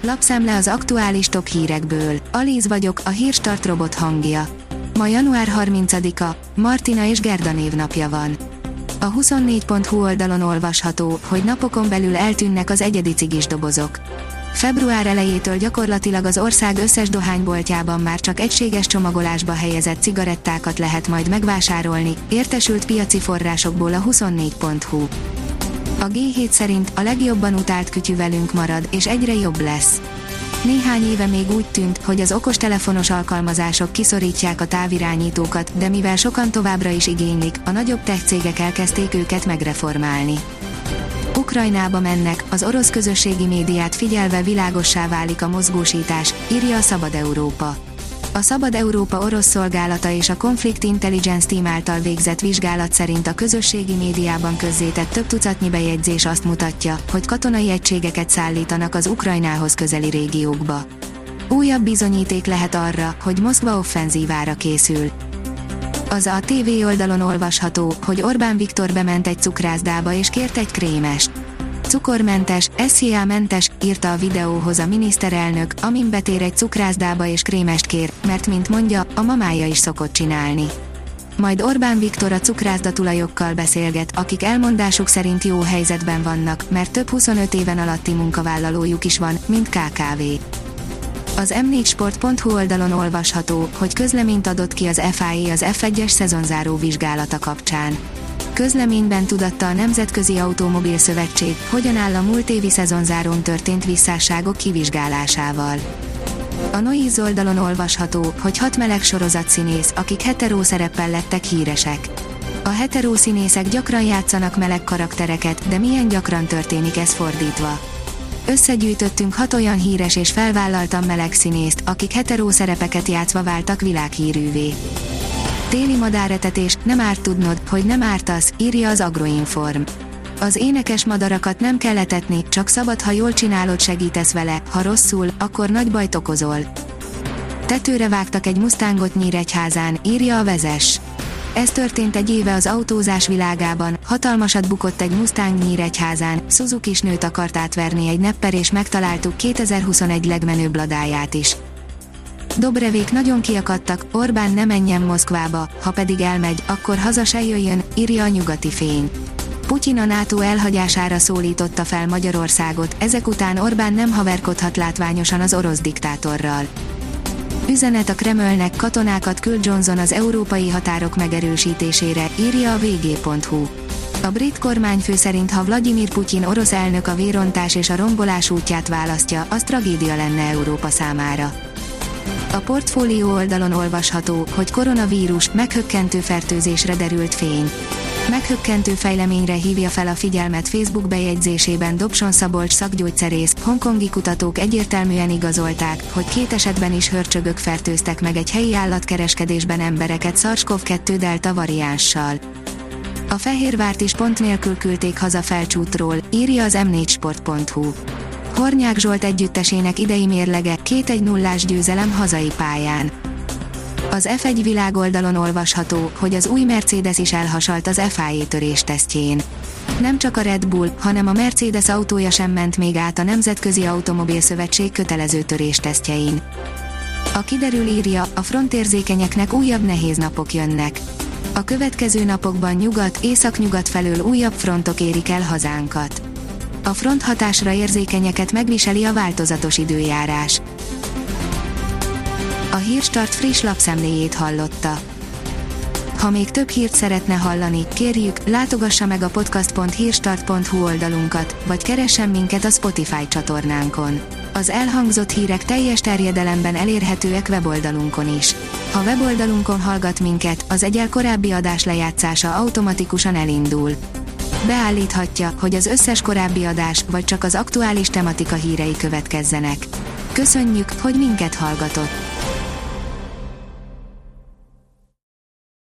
Lapszemle az aktuális top hírekből. Alíz vagyok, a Hírstart robot hangja. Ma január 30-a, Martina és Gerda névnapja van. A 24.hu oldalon olvasható, hogy napokon belül eltűnnek az egyedi cigis dobozok. Február elejétől gyakorlatilag az ország összes dohányboltjában már csak egységes csomagolásba helyezett cigarettákat lehet majd megvásárolni, értesült piaci forrásokból a 24.hu. A G7 szerint a legjobban utált kütyű velünk marad, és egyre jobb lesz. Néhány éve még úgy tűnt, hogy az okostelefonos alkalmazások kiszorítják a távirányítókat, de mivel sokan továbbra is igénylik, a nagyobb tech cégek elkezdték őket megreformálni. Ukrajnába mennek, az orosz közösségi médiát figyelve világossá válik a mozgósítás, írja a Szabad Európa. A Szabad Európa orosz szolgálata és a Conflict Intelligence Team által végzett vizsgálat szerint a közösségi médiában közzétett több tucatnyi bejegyzés azt mutatja, hogy katonai egységeket szállítanak az Ukrajnához közeli régiókba. Újabb bizonyíték lehet arra, hogy Moszkva offenzívára készül. Az ATV oldalon olvasható, hogy Orbán Viktor bement egy cukrászdába és kért egy krémest. Cukormentes, SZIA-mentes, írta a videóhoz a miniszterelnök, amin betér egy cukrászdába és krémest kér, mert mint mondja, a mamája is szokott csinálni. Majd Orbán Viktor a cukrászdatulajokkal beszélget, akik elmondásuk szerint jó helyzetben vannak, mert több 25 éven alatti munkavállalójuk is van, mint KKV. Az m4sport.hu oldalon olvasható, hogy közleményt adott ki az FIA az F1-es szezonzáró vizsgálata kapcsán. Közleményben tudatta a Nemzetközi Automobil Szövetség, hogyan áll a múlt évi szezonzárón történt visszásságok kivizsgálásával. A Noiz oldalon olvasható, hogy 6 meleg sorozatszínész, akik hetero szereppel lettek híresek. A hetero színészek gyakran játszanak meleg karaktereket, de milyen gyakran történik ez fordítva? Összegyűjtöttünk 6 olyan híres és felvállaltan meleg színészt, akik hetero szerepeket játszva váltak világhírűvé. Téli madáretetés, nem árt tudnod, hogy nem ártasz, írja az Agroinform. Az énekes madarakat nem kell etetni, csak szabad, ha jól csinálod, segítesz vele, ha rosszul, akkor nagy bajt okozol. Tetőre vágtak egy Mustangot Nyíregyházán, írja a Vezes. Ez történt egy éve az autózás világában, hatalmasat bukott egy Mustang Nyíregyházán, Suzuki-s nőt akart átverni egy nepper és megtaláltuk 2021 legmenőbb ladáját is. Dobrevék nagyon kiakadtak, Orbán ne menjen Moszkvába, ha pedig elmegy, akkor haza se jöjjön, írja a Nyugati Fény. Putyin a NATO elhagyására szólította fel Magyarországot, ezek után Orbán nem haverkodhat látványosan az orosz diktátorral. Üzenet a Kremlnek, katonákat küld Johnson az európai határok megerősítésére, írja a vg.hu. A brit kormányfő szerint, ha Vladimir Putyin orosz elnök a vérontás és a rombolás útját választja, az tragédia lenne Európa számára. A portfólió oldalon olvasható, hogy koronavírus, meghökkentő fertőzésre derült fény. Meghökkentő fejleményre hívja fel a figyelmet Facebook bejegyzésében Dobson Szabolcs szakgyógyszerész, hongkongi kutatók egyértelműen igazolták, hogy 2 esetben is hörcsögök fertőztek meg egy helyi állatkereskedésben embereket SARS-CoV-2 delta variánssal. A Fehérvárt is pont nélkül küldték haza Felcsútról, írja az m4sport.hu. Hornyák Zsolt együttesének idei mérlege 2-1-0-ás győzelem hazai pályán. Az F1 világoldalon olvasható, hogy az új Mercedes is elhasalt az FIA töréstesztjén. Nem csak a Red Bull, hanem a Mercedes autója sem ment még át a Nemzetközi Automobil Szövetség kötelező töréstesztjein. A kiderül, írja, a frontérzékenyeknek újabb nehéz napok jönnek. A következő napokban nyugat, északnyugat felől újabb frontok érik el hazánkat. A fronthatásra érzékenyeket megviseli a változatos időjárás. A Hírstart friss lapszemléjét hallotta. Ha még több hírt szeretne hallani, kérjük, látogassa meg a podcast.hírstart.hu oldalunkat, vagy keressen minket a Spotify csatornánkon. Az elhangzott hírek teljes terjedelemben elérhetőek weboldalunkon is. Ha weboldalunkon hallgat minket, az egyel korábbi adás lejátszása automatikusan elindul. Beállíthatja, hogy az összes korábbi adás, vagy csak az aktuális tematika hírei következzenek. Köszönjük, hogy minket hallgatott!